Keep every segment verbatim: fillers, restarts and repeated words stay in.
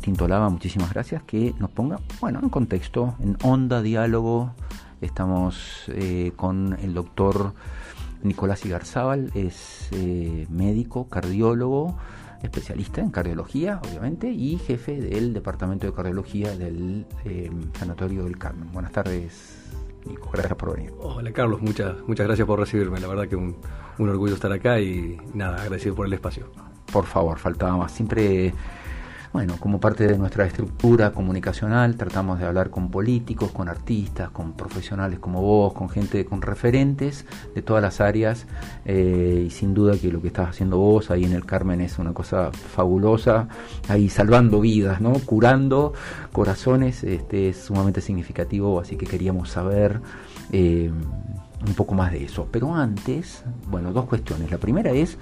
Agustín Tolaba, muchísimas gracias, que nos ponga, bueno, en contexto, en onda, diálogo. Estamos eh, con el doctor Nicolás Igarzábal, es eh, médico, cardiólogo, especialista en cardiología, obviamente, y jefe del departamento de cardiología del eh, Sanatorio del Carmen. Buenas tardes, Nico, gracias por venir. Hola Carlos, muchas muchas gracias por recibirme, la verdad que un, un orgullo estar acá y nada, agradecido por el espacio. Por favor, faltaba más. Siempre, bueno, como parte de nuestra estructura comunicacional, tratamos de hablar con políticos, con artistas, con profesionales como vos, con gente, con referentes de todas las áreas, eh, y sin duda que lo que estás haciendo vos ahí en el Carmen es una cosa fabulosa, ahí salvando vidas, ¿no? Curando corazones, este, es sumamente significativo, así que queríamos saber eh, un poco más de eso. Pero antes, bueno, dos cuestiones. La primera es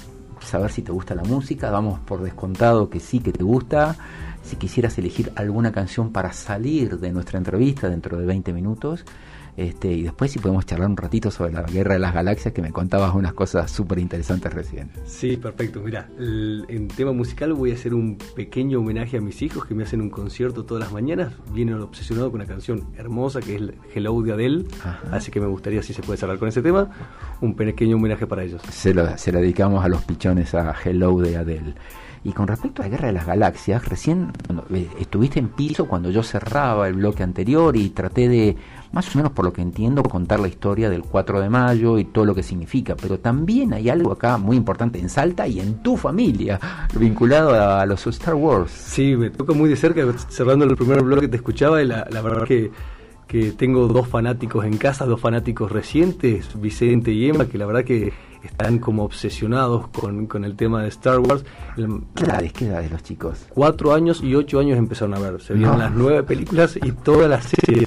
saber si te gusta la música, damos por descontado que sí, que te gusta. Si quisieras elegir alguna canción para salir de nuestra entrevista dentro de veinte minutos, este, y después si podemos charlar un ratito sobre la Guerra de las Galaxias, que me contabas unas cosas súper interesantes recién. Sí, perfecto. Mira, en tema musical voy a hacer un pequeño homenaje a mis hijos que me hacen un concierto todas las mañanas. Vienen obsesionados con una canción hermosa que es Hello de Adele. Ajá. Así que me gustaría, si se puede cerrar con ese tema, un pequeño homenaje para ellos. Se lo, se lo dedicamos a los pichones a Hello de Adele. Y con respecto a la Guerra de las Galaxias, recién cuando, eh, estuviste en piso cuando yo cerraba el bloque anterior y traté de, más o menos por lo que entiendo, contar la historia del cuatro de mayo y todo lo que significa, pero también hay algo acá muy importante en Salta y en tu familia, vinculado a, a los Star Wars. Sí, me toca muy de cerca, cerrando el primer bloque te escuchaba y la, la verdad que que tengo dos fanáticos en casa, dos fanáticos recientes, Vicente y Emma, que la verdad que están como obsesionados con, con el tema de Star Wars. ¿Qué edades, qué edades los chicos? Cuatro años y ocho años empezaron a ver. Se vieron no. las nueve películas y todas las series.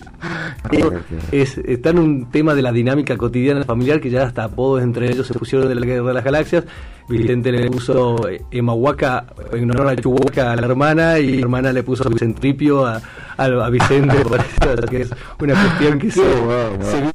Es, está en un tema de la dinámica cotidiana familiar que ya hasta apodos entre ellos se pusieron de la Guerra de las Galaxias. Vicente le puso Emma Huaca en honor a Chihuahua a la hermana, y la hermana le puso Centripio a, a, a Vicente. Parece que es una cuestión que se, wow, wow. se...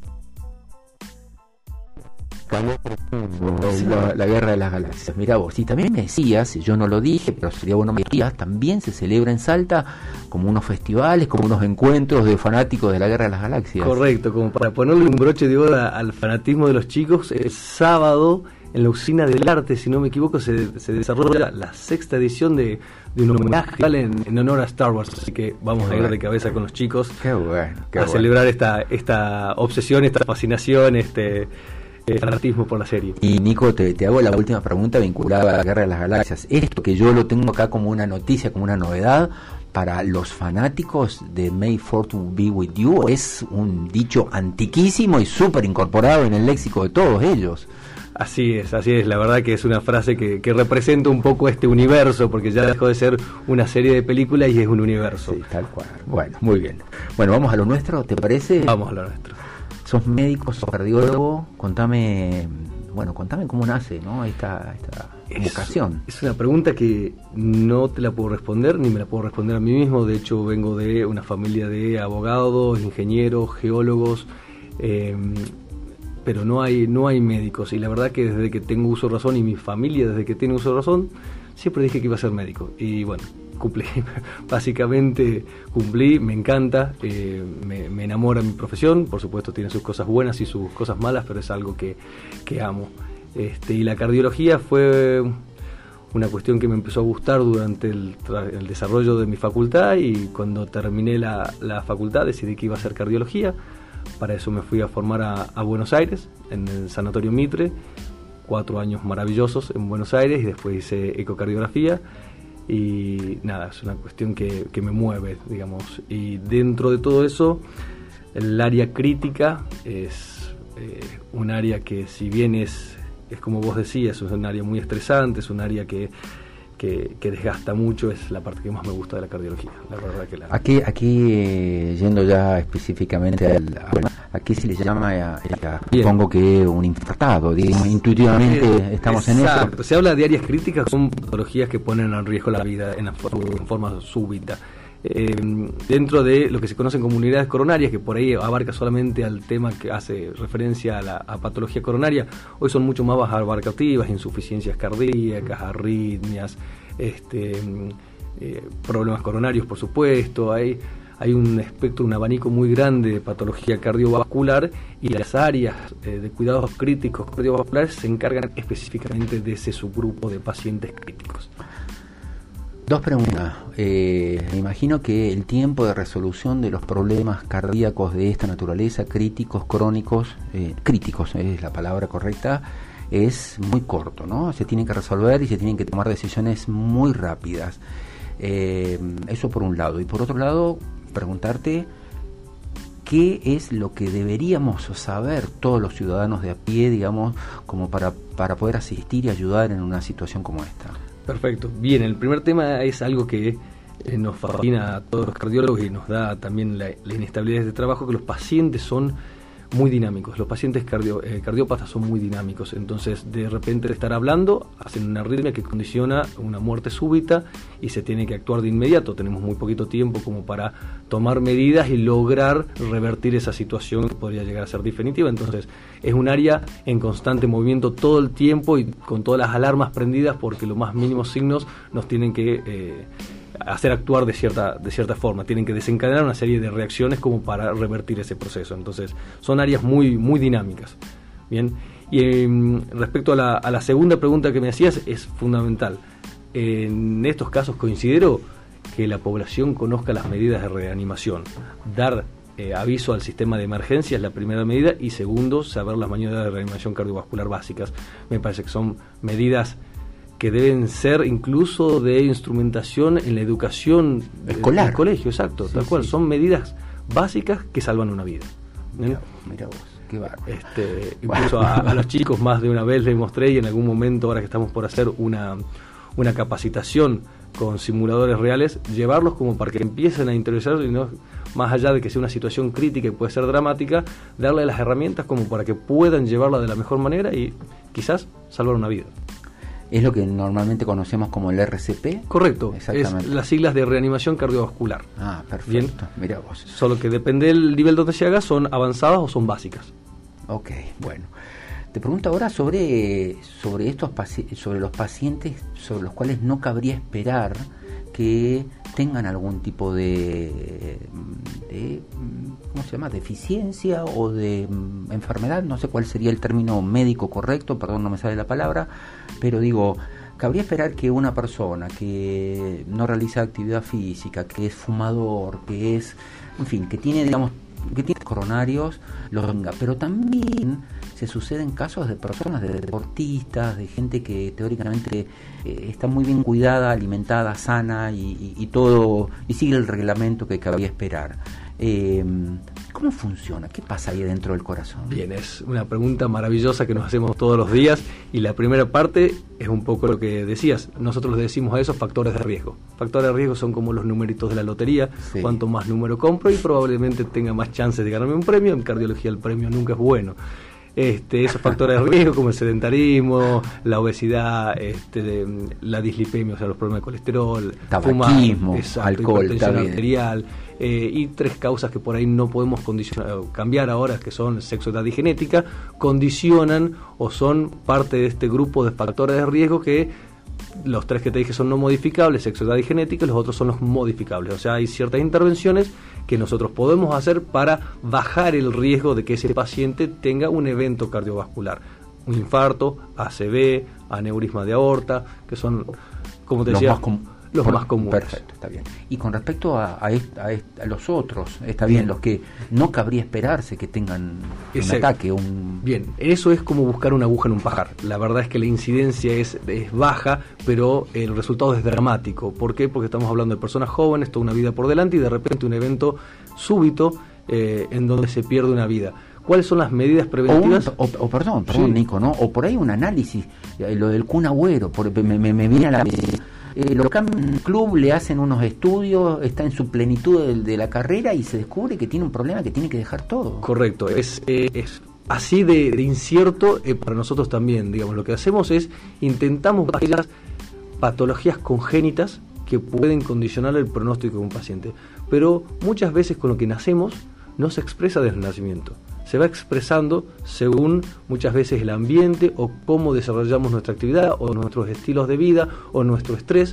La, la Guerra de las Galaxias. Mirá vos, y también me decías, yo no lo dije, pero sería bueno que me digas, también se celebra en Salta como unos festivales, como unos encuentros de fanáticos de la Guerra de las Galaxias. Correcto, como para ponerle un broche de oro al fanatismo de los chicos. El sábado en la Usina del Arte, si no me equivoco, se, se desarrolla la sexta edición de, de un homenaje en, en honor a Star Wars, así que vamos qué a ir bueno. de cabeza con los chicos qué bueno, qué a bueno. celebrar esta, esta obsesión, esta fascinación, este el fanatismo por la serie. Y Nico, te, te hago la última pregunta vinculada a la Guerra de las Galaxias. Esto que yo lo tengo acá como una noticia, como una novedad para los fanáticos de May Fourth Be With You, es un dicho antiquísimo y súper incorporado en el léxico de todos ellos. Así es, así es, la verdad que es una frase que, que representa un poco este universo, porque ya dejó de ser una serie de películas y es un universo. Sí, tal cual. Bueno, muy bien. Bueno, vamos a lo nuestro, ¿te parece? Vamos a lo nuestro. Sos médico, sos cardiólogo, contame, bueno, contame cómo nace, ¿no? esta, esta es, vocación. Es una pregunta que no te la puedo responder, ni me la puedo responder a mí mismo. De hecho, vengo de una familia de abogados, ingenieros, geólogos, eh, pero no hay, no hay médicos. Y la verdad que desde que tengo uso de razón, y mi familia desde que tiene uso de razón, siempre dije que iba a ser médico. Y bueno, cumplí, básicamente cumplí, me encanta, eh, me, me enamora mi profesión. Por supuesto tiene sus cosas buenas y sus cosas malas, pero es algo que, que amo. Este, y la cardiología fue una cuestión que me empezó a gustar durante el, el desarrollo de mi facultad, y cuando terminé la, la facultad decidí que iba a hacer cardiología. Para eso me fui a formar a, a Buenos Aires, en el Sanatorio Mitre, cuatro años maravillosos en Buenos Aires, y después hice ecocardiografía. Y nada, es una cuestión que, que me mueve, digamos. Y dentro de todo eso, el área crítica es eh, un área que, si bien es, es como vos decías, es un área muy estresante, es un área que, que, que desgasta mucho, es la parte que más me gusta de la cardiología. La verdad que la... Aquí, aquí eh, yendo ya específicamente al, a, ¿a qué se le llama? A, a, supongo que un infartado, digamos, intuitivamente eh, estamos exacto. en eso. Se habla de áreas críticas, son patologías que ponen en riesgo la vida en, en forma súbita. Eh, dentro de lo que se conocen como unidades coronarias, que por ahí abarca solamente al tema que hace referencia a la a patología coronaria, hoy son mucho más abarcativas: insuficiencias cardíacas, arritmias, este, eh, problemas coronarios, por supuesto, hay, hay un espectro, un abanico muy grande de patología cardiovascular, y las áreas eh, de cuidados críticos cardiovasculares se encargan específicamente de ese subgrupo de pacientes críticos. Dos preguntas. Eh, me imagino que el tiempo de resolución de los problemas cardíacos de esta naturaleza, críticos, crónicos, eh, críticos es la palabra correcta, es muy corto, ¿no? Se tienen que resolver y se tienen que tomar decisiones muy rápidas. Eh, eso por un lado. Y por otro lado, preguntarte qué es lo que deberíamos saber todos los ciudadanos de a pie, digamos, como para, para poder asistir y ayudar en una situación como esta. Perfecto. Bien, el primer tema es algo que eh, nos fascina a todos los cardiólogos y nos da también la, la inestabilidad de trabajo, que los pacientes son muy dinámicos. Los pacientes cardio, eh, cardiópatas son muy dinámicos. Entonces, de repente de estar hablando, hacen una arritmia que condiciona una muerte súbita y se tiene que actuar de inmediato. Tenemos muy poquito tiempo como para tomar medidas y lograr revertir esa situación que podría llegar a ser definitiva. Entonces, es un área en constante movimiento todo el tiempo y con todas las alarmas prendidas, porque los más mínimos signos nos tienen que eh, hacer actuar de cierta, de cierta forma, tienen que desencadenar una serie de reacciones como para revertir ese proceso. Entonces, son áreas muy, muy dinámicas. Bien, y eh, respecto a la, a la segunda pregunta que me hacías, es fundamental. En estos casos considero que la población conozca las medidas de reanimación. Dar eh, aviso al sistema de emergencia es la primera medida, y segundo, saber las maniobras de reanimación cardiovascular básicas. Me parece que son medidas que deben ser incluso de instrumentación en la educación escolar, del colegio, exacto, sí, tal cual, sí. Son medidas básicas que salvan una vida. Mira, mira vos, qué bárbaro. Este, incluso a, a los chicos más de una vez les mostré, y en algún momento, ahora que estamos por hacer una, una capacitación con simuladores reales, llevarlos como para que empiecen a interiorizarse, y no, más allá de que sea una situación crítica y puede ser dramática, darle las herramientas como para que puedan llevarla de la mejor manera y quizás salvar una vida. ¿Es lo que normalmente conocemos como el R C P? Correcto, es las siglas de reanimación cardiovascular. Ah, perfecto. Mira vos. Solo que depende del nivel donde se haga, son avanzadas o son básicas. Ok, bueno. Te pregunto ahora sobre, sobre, estos paci- sobre los pacientes sobre los cuales no cabría esperar que tengan algún tipo de, de ¿cómo se llama? deficiencia o de um, enfermedad, no sé cuál sería el término médico correcto, perdón, no me sale la palabra, pero digo, cabría esperar que una persona que no realiza actividad física, que es fumador, que es, en fin, que tiene, digamos, que tiene coronarios, los venga, pero también se suceden casos de personas, de deportistas, de gente que teóricamente eh, está muy bien cuidada, alimentada, sana y, y, y todo, y sigue el reglamento que cabría esperar. Eh, ¿Cómo funciona? ¿Qué pasa ahí dentro del corazón? Bien, es una pregunta maravillosa que nos hacemos todos los días, y la primera parte es un poco lo que decías. Nosotros le decimos a esos factores de riesgo. Factores de riesgo son como los numeritos de la lotería. Sí. Cuanto más número compro y probablemente tenga más chances de ganarme un premio. En cardiología el premio nunca es bueno. Este, esos factores de riesgo como el sedentarismo, la obesidad, este, de, la dislipemia, o sea, los problemas de colesterol, tabaquismo, fumar, exacto, alcohol, hipertensión arterial, eh, y tres causas que por ahí no podemos condicionar, cambiar ahora, que son sexo, edad y genética, condicionan o son parte de este grupo de factores de riesgo que los tres que te dije son no modificables, sexo, edad y genética, y los otros son los modificables. O sea, hay ciertas intervenciones que nosotros podemos hacer para bajar el riesgo de que ese paciente tenga un evento cardiovascular, un infarto, A C V, aneurisma de aorta, que son, como te los decía, más com- los por, más comunes. Perfecto, está bien. Y con respecto a, a, est- a, est- a los otros, está bien, los que no cabría esperarse que tengan un ataque, un... Bien, eso es como buscar una aguja en un pajar. La verdad es que la incidencia es, es baja, pero el resultado es dramático. ¿Por qué? Porque estamos hablando de personas jóvenes, toda una vida por delante, y de repente un evento súbito eh, en donde se pierde una vida. ¿Cuáles son las medidas preventivas? O, un, o, o perdón, perdón, sí. Nico, ¿no? O por ahí un análisis, eh, lo del Kun Agüero, por, me, me, me viene a la... Eh, los Cam Club le hacen unos estudios, está en su plenitud de, de la carrera y se descubre que tiene un problema que tiene que dejar todo. Correcto, es, eh, es así de, de incierto eh, para nosotros también. Digamos, lo que hacemos es intentamos aquellas patologías congénitas que pueden condicionar el pronóstico de un paciente, pero muchas veces con lo que nacemos no se expresa desde el nacimiento. Se va expresando según muchas veces el ambiente o cómo desarrollamos nuestra actividad o nuestros estilos de vida o nuestro estrés,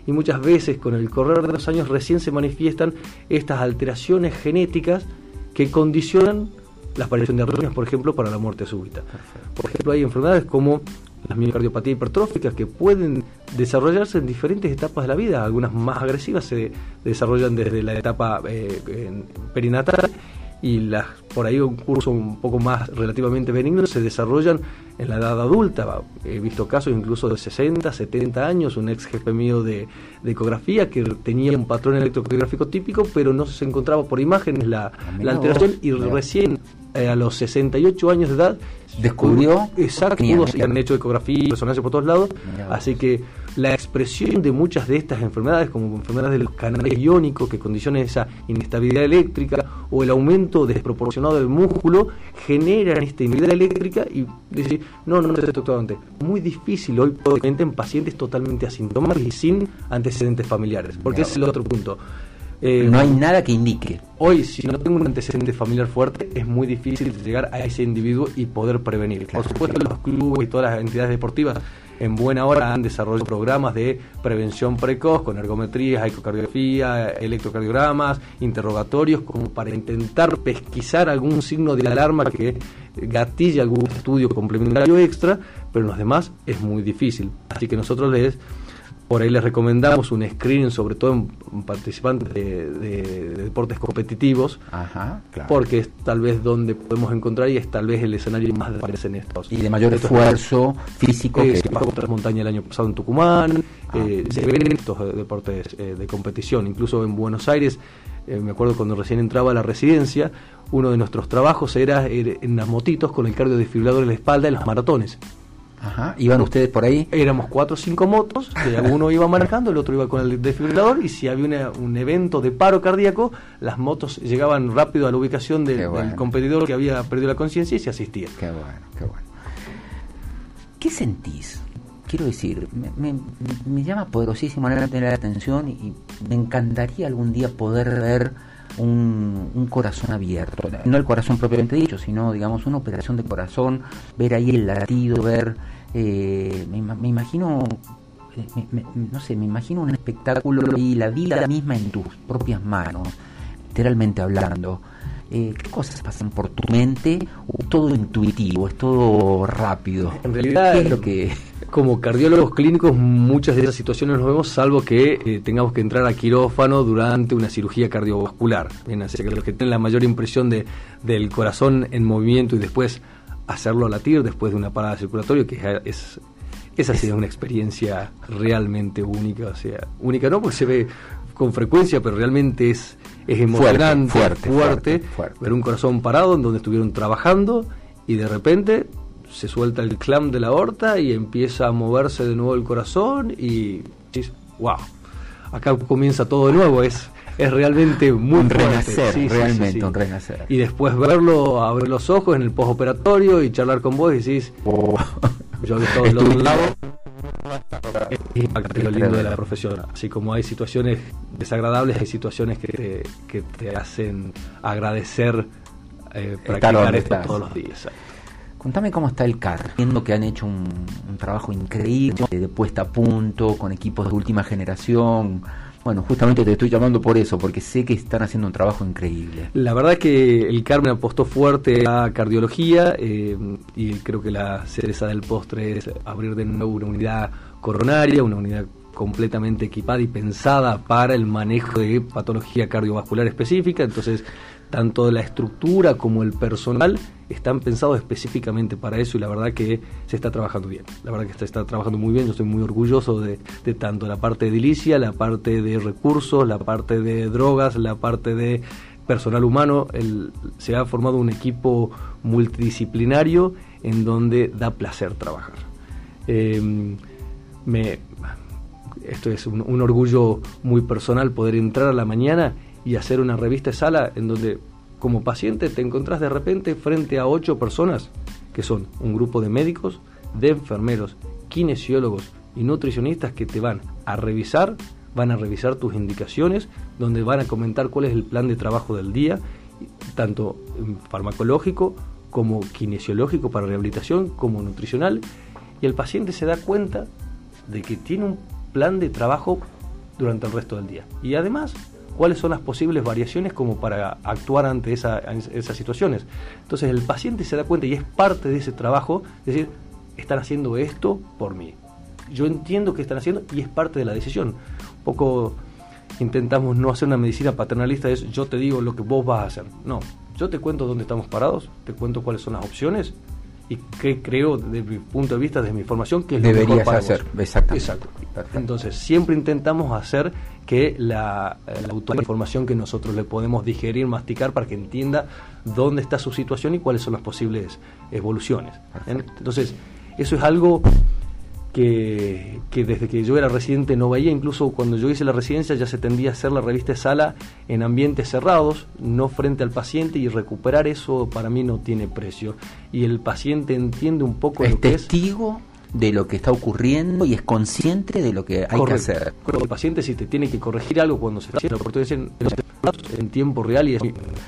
y muchas veces con el correr de los años recién se manifiestan estas alteraciones genéticas que condicionan la aparición de arritmias, por ejemplo, para la muerte súbita. Perfecto. Por ejemplo, hay enfermedades como las miocardiopatías hipertróficas que pueden desarrollarse en diferentes etapas de la vida. Algunas más agresivas se desarrollan desde la etapa eh, perinatal, y las por ahí un curso un poco más relativamente benigno se desarrollan en la edad adulta. He visto casos incluso de sesenta, setenta años, un ex jefe mío de, de ecografía que tenía un patrón electrocardiográfico típico, pero no se encontraba por imágenes la, la alteración, y mira. recién eh, a los sesenta y ocho años de edad descubrió, exacto, y han hecho ecografía, resonancia por todos lados, así que la expresión de muchas de estas enfermedades, como enfermedades de los canales iónicos que condicionan esa inestabilidad eléctrica, o el aumento desproporcionado del músculo, generan esta inestabilidad eléctrica, y decir, no, no, no es totalmente muy difícil hoy en pacientes totalmente asintomáticos y sin antecedentes familiares, porque ese es el otro punto. Eh, no hay nada que indique. Hoy, si no tengo un antecedente familiar fuerte, es muy difícil llegar a ese individuo y poder prevenir. Claro. Por supuesto, los clubes y todas las entidades deportivas en buena hora han desarrollado programas de prevención precoz con ergometrías, ecocardiografía, electrocardiogramas, interrogatorios, como para intentar pesquisar algún signo de alarma que gatille algún estudio complementario extra, pero en los demás es muy difícil. Así que nosotros les... Por ahí les recomendamos un screening, sobre todo en participantes de, de, de deportes competitivos. Ajá, claro. Porque es tal vez donde podemos encontrar, y es tal vez el escenario más de aparecen estos. Y de mayor estos esfuerzo físico. Eh, que se pasó contra la montaña el año pasado en Tucumán. Ah, eh, se ven estos deportes eh, de competición, incluso en Buenos Aires. Eh, me acuerdo cuando recién entraba a la residencia, uno de nuestros trabajos era er, en las motitos con el cardiodesfibrilador en la espalda en los maratones. Ajá. ¿Iban ustedes por ahí? Éramos cuatro o cinco motos, que uno iba manejando, el otro iba con el desfibrilador, y si había una, un evento de paro cardíaco, las motos llegaban rápido a la ubicación de, bueno. del competidor que había perdido la conciencia, y se asistía. Qué bueno, qué bueno. ¿Qué sentís? Quiero decir, me, me, me llama poderosísimo la atención, y me encantaría algún día poder ver Un, un corazón abierto, no el corazón propiamente dicho, sino digamos una operación de corazón, ver ahí el latido, ver, eh, me, me imagino, me, me, no sé, me imagino un espectáculo y la vida misma en tus propias manos, literalmente hablando. Eh, ¿Qué cosas pasan por tu mente? ¿O todo intuitivo, es todo rápido? En realidad, ¿qué es lo que... como cardiólogos clínicos, muchas de esas situaciones nos vemos, salvo que eh, tengamos que entrar a quirófano durante una cirugía cardiovascular. Bien, así que los que tienen la mayor impresión de, del corazón en movimiento y después hacerlo latir después de una parada circulatoria, que es... Esa ha sido una experiencia realmente única, o sea, única no porque se ve con frecuencia, pero realmente es, es emocionante, fuerte, fuerte, fuerte, fuerte, fuerte, ver un corazón parado en donde estuvieron trabajando y de repente se suelta el clamp de la aorta y empieza a moverse de nuevo el corazón y dices, wow, acá comienza todo de nuevo, es... es realmente muy un fuerte. renacer, sí, realmente sí, sí, sí. un renacer. Y después verlo, abrir los ojos en el postoperatorio y charlar con vos y decís, oh, yo he estado del otro lado. Es impactante lo lindo de la profesión. Así como hay situaciones desagradables, hay situaciones que te, que te hacen agradecer eh, practicar esto todos los días. Contame cómo está el C A R, viendo que han hecho un, un trabajo increíble de puesta a punto, con equipos de última generación. Bueno, justamente te estoy llamando por eso, porque sé que están haciendo un trabajo increíble. La verdad es que el Carmen apostó fuerte a cardiología eh, y creo que la cereza del postre es abrir de nuevo una unidad coronaria, una unidad completamente equipada y pensada para el manejo de patología cardiovascular específica. Entonces, tanto la estructura como el personal están pensados específicamente para eso y la verdad que se está trabajando bien. La verdad que se está trabajando muy bien. Yo estoy muy orgulloso de, de tanto la parte de edilicia, la parte de recursos, la parte de drogas, la parte de personal humano. El, se ha formado un equipo multidisciplinario en donde da placer trabajar. Eh, me, esto es un, un orgullo muy personal poder entrar a la mañana y hacer una revista de sala en donde como paciente te encontrás de repente frente a ocho personas que son un grupo de médicos, de enfermeros, kinesiólogos y nutricionistas que te van a revisar, van a revisar tus indicaciones, donde van a comentar cuál es el plan de trabajo del día, tanto farmacológico como kinesiológico para rehabilitación, como nutricional, y el paciente se da cuenta de que tiene un plan de trabajo durante el resto del día. Y además, cuáles son las posibles variaciones como para actuar ante esa, esas situaciones. Entonces el paciente se da cuenta y es parte de ese trabajo, es decir, están haciendo esto por mí. Yo entiendo que están haciendo y es parte de la decisión. Un poco intentamos no hacer una medicina paternalista, es yo te digo lo que vos vas a hacer. No, yo te cuento dónde estamos parados, te cuento cuáles son las opciones y qué creo, desde mi punto de vista, desde mi formación, que es lo deberías mejor para hacer. vos. Exactamente. Exacto. Perfecto. Entonces siempre intentamos hacer que la, la autora información que nosotros le podemos digerir, masticar para que entienda dónde está su situación y cuáles son las posibles evoluciones. Perfecto. Entonces eso es algo que, que desde que yo era residente no veía. Incluso cuando yo hice la residencia ya se tendía a hacer la revista de sala en ambientes cerrados, no frente al paciente, y recuperar eso para mí no tiene precio. Y el paciente entiende un poco es lo que testigo es, de lo que está ocurriendo y es consciente de lo que hay Correcto. que hacer. El paciente, si te tiene que corregir algo cuando se está haciendo en, en tiempo real. Y es...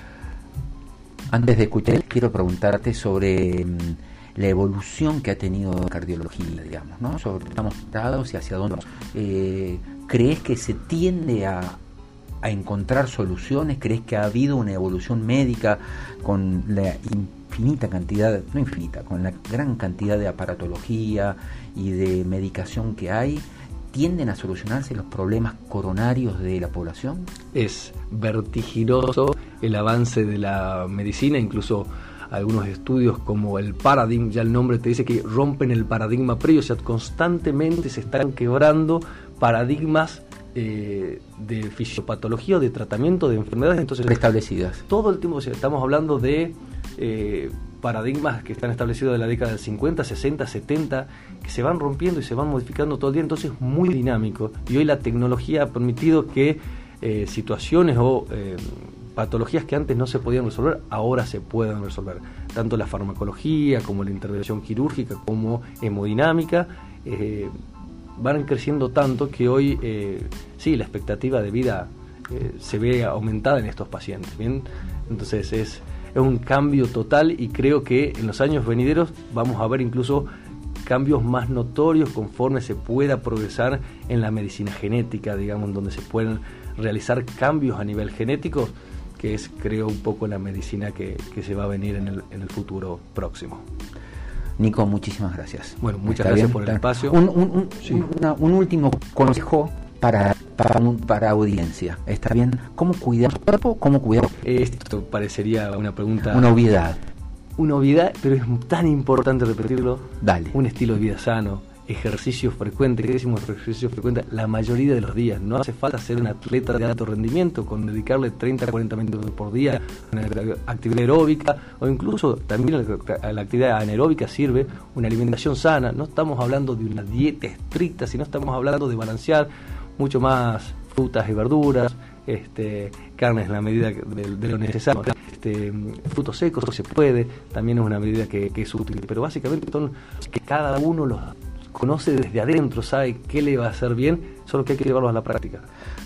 Antes de escuchar, quiero preguntarte sobre la evolución que ha tenido la cardiología, digamos, ¿no? Sobre estamos parados y hacia dónde. Eh, ¿Crees que se tiende a, a encontrar soluciones? ¿Crees que ha habido una evolución médica con la infinita cantidad, no infinita, con la gran cantidad de aparatología y de medicación que hay? ¿Tienden a solucionarse los problemas coronarios de la población? Es vertiginoso el avance de la medicina, incluso algunos estudios como el paradigma, ya el nombre te dice que rompen el paradigma previo, o sea, constantemente se están quebrando paradigmas eh, de fisiopatología o de tratamiento de enfermedades entonces preestablecidas. Todo el tiempo, o sea, estamos hablando de eh, paradigmas que están establecidos de la década del cincuenta, sesenta, setenta, que se van rompiendo y se van modificando todo el día, entonces es muy dinámico. Y hoy la tecnología ha permitido que eh, situaciones o eh, patologías que antes no se podían resolver, ahora se pueden resolver. Tanto la farmacología, como la intervención quirúrgica, como hemodinámica, eh, van creciendo tanto que hoy, eh, sí, la expectativa de vida eh, se ve aumentada en estos pacientes, ¿bien? Entonces es, es un cambio total y creo que en los años venideros vamos a ver incluso cambios más notorios conforme se pueda progresar en la medicina genética, digamos, donde se pueden realizar cambios a nivel genético, que es, creo, un poco la medicina que, que se va a venir en el, en el futuro próximo. Nico, muchísimas gracias. Bueno, muchas gracias bien? por el Está. espacio. Un, un, un, sí. una, un último consejo para, para, para audiencia. ¿Está bien? ¿Cómo cuidar su cuerpo? ¿Cómo cuidar? Esto parecería una pregunta... Una obviedad. Una obviedad, pero es tan importante repetirlo. Dale. Un estilo de vida sano, ejercicio frecuente. ¿Qué decimos ejercicio frecuente? La mayoría de los días. No hace falta ser un atleta de alto rendimiento, con dedicarle treinta a cuarenta minutos por día a una actividad aeróbica, o incluso también a la actividad anaeróbica sirve una alimentación sana. No estamos hablando de una dieta estricta, sino estamos hablando de balancear mucho más frutas y verduras, este, carnes en la medida de, de lo necesario, este, frutos secos si se puede, también es una medida que, que es útil, pero básicamente son que cada uno los conoce desde adentro, sabe qué le va a hacer bien, solo que hay que llevarlos a la práctica.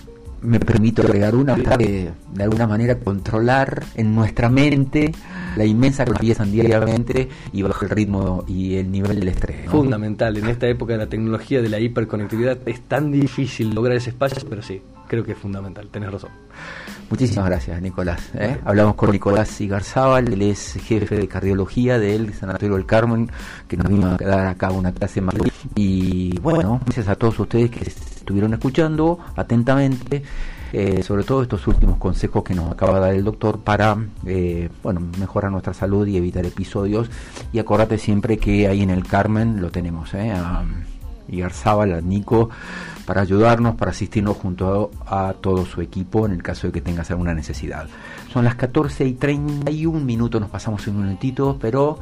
Me permito agregar una, de, de alguna manera controlar en nuestra mente la inmensa que nos empiezan diariamente y bajo el ritmo y el nivel del estrés, ¿no? Fundamental, en esta época de la tecnología, de la hiperconectividad, es tan difícil lograr ese espacio, pero sí, creo que es fundamental, tenés razón. Muchísimas gracias, Nicolás. ¿eh? Hablamos con Nicolás Igarzábal, él es jefe de cardiología del Sanatorio del Carmen, que nos vino a dar acá una clase más. Y bueno, gracias a todos ustedes que estuvieron escuchando atentamente, eh, sobre todo estos últimos consejos que nos acaba de dar el doctor para eh, bueno, mejorar nuestra salud y evitar episodios. Y acordate siempre que ahí en el Carmen lo tenemos, ¿eh? a Igarzábal, a Nico, para ayudarnos, para asistirnos junto a, a todo su equipo en el caso de que tengas alguna necesidad. Son las catorce y treinta y un minutos, nos pasamos un minutito, pero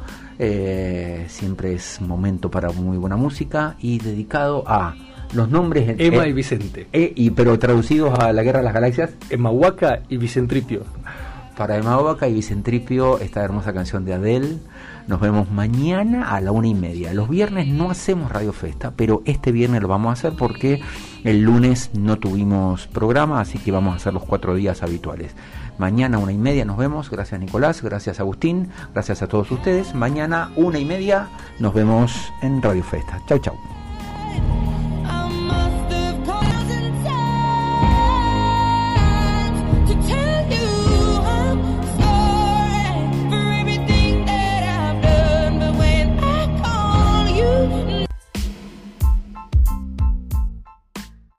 eh, siempre es momento para muy buena música y dedicado a los nombres en, Emma eh, y Vicente. Eh, y, pero traducidos a la Guerra de las Galaxias. Emma Huaca y Vicentripio. Para Emma Huaca y Vicentripio, esta hermosa canción de Adele. Nos vemos mañana a la una y media. Los viernes no hacemos Radio Festa, pero este viernes lo vamos a hacer porque el lunes no tuvimos programa, así que vamos a hacer los cuatro días habituales. Mañana una y media nos vemos. Gracias, Nicolás, gracias, Agustín, gracias a todos ustedes. Mañana una y media nos vemos en Radio Festa. Chau, chau.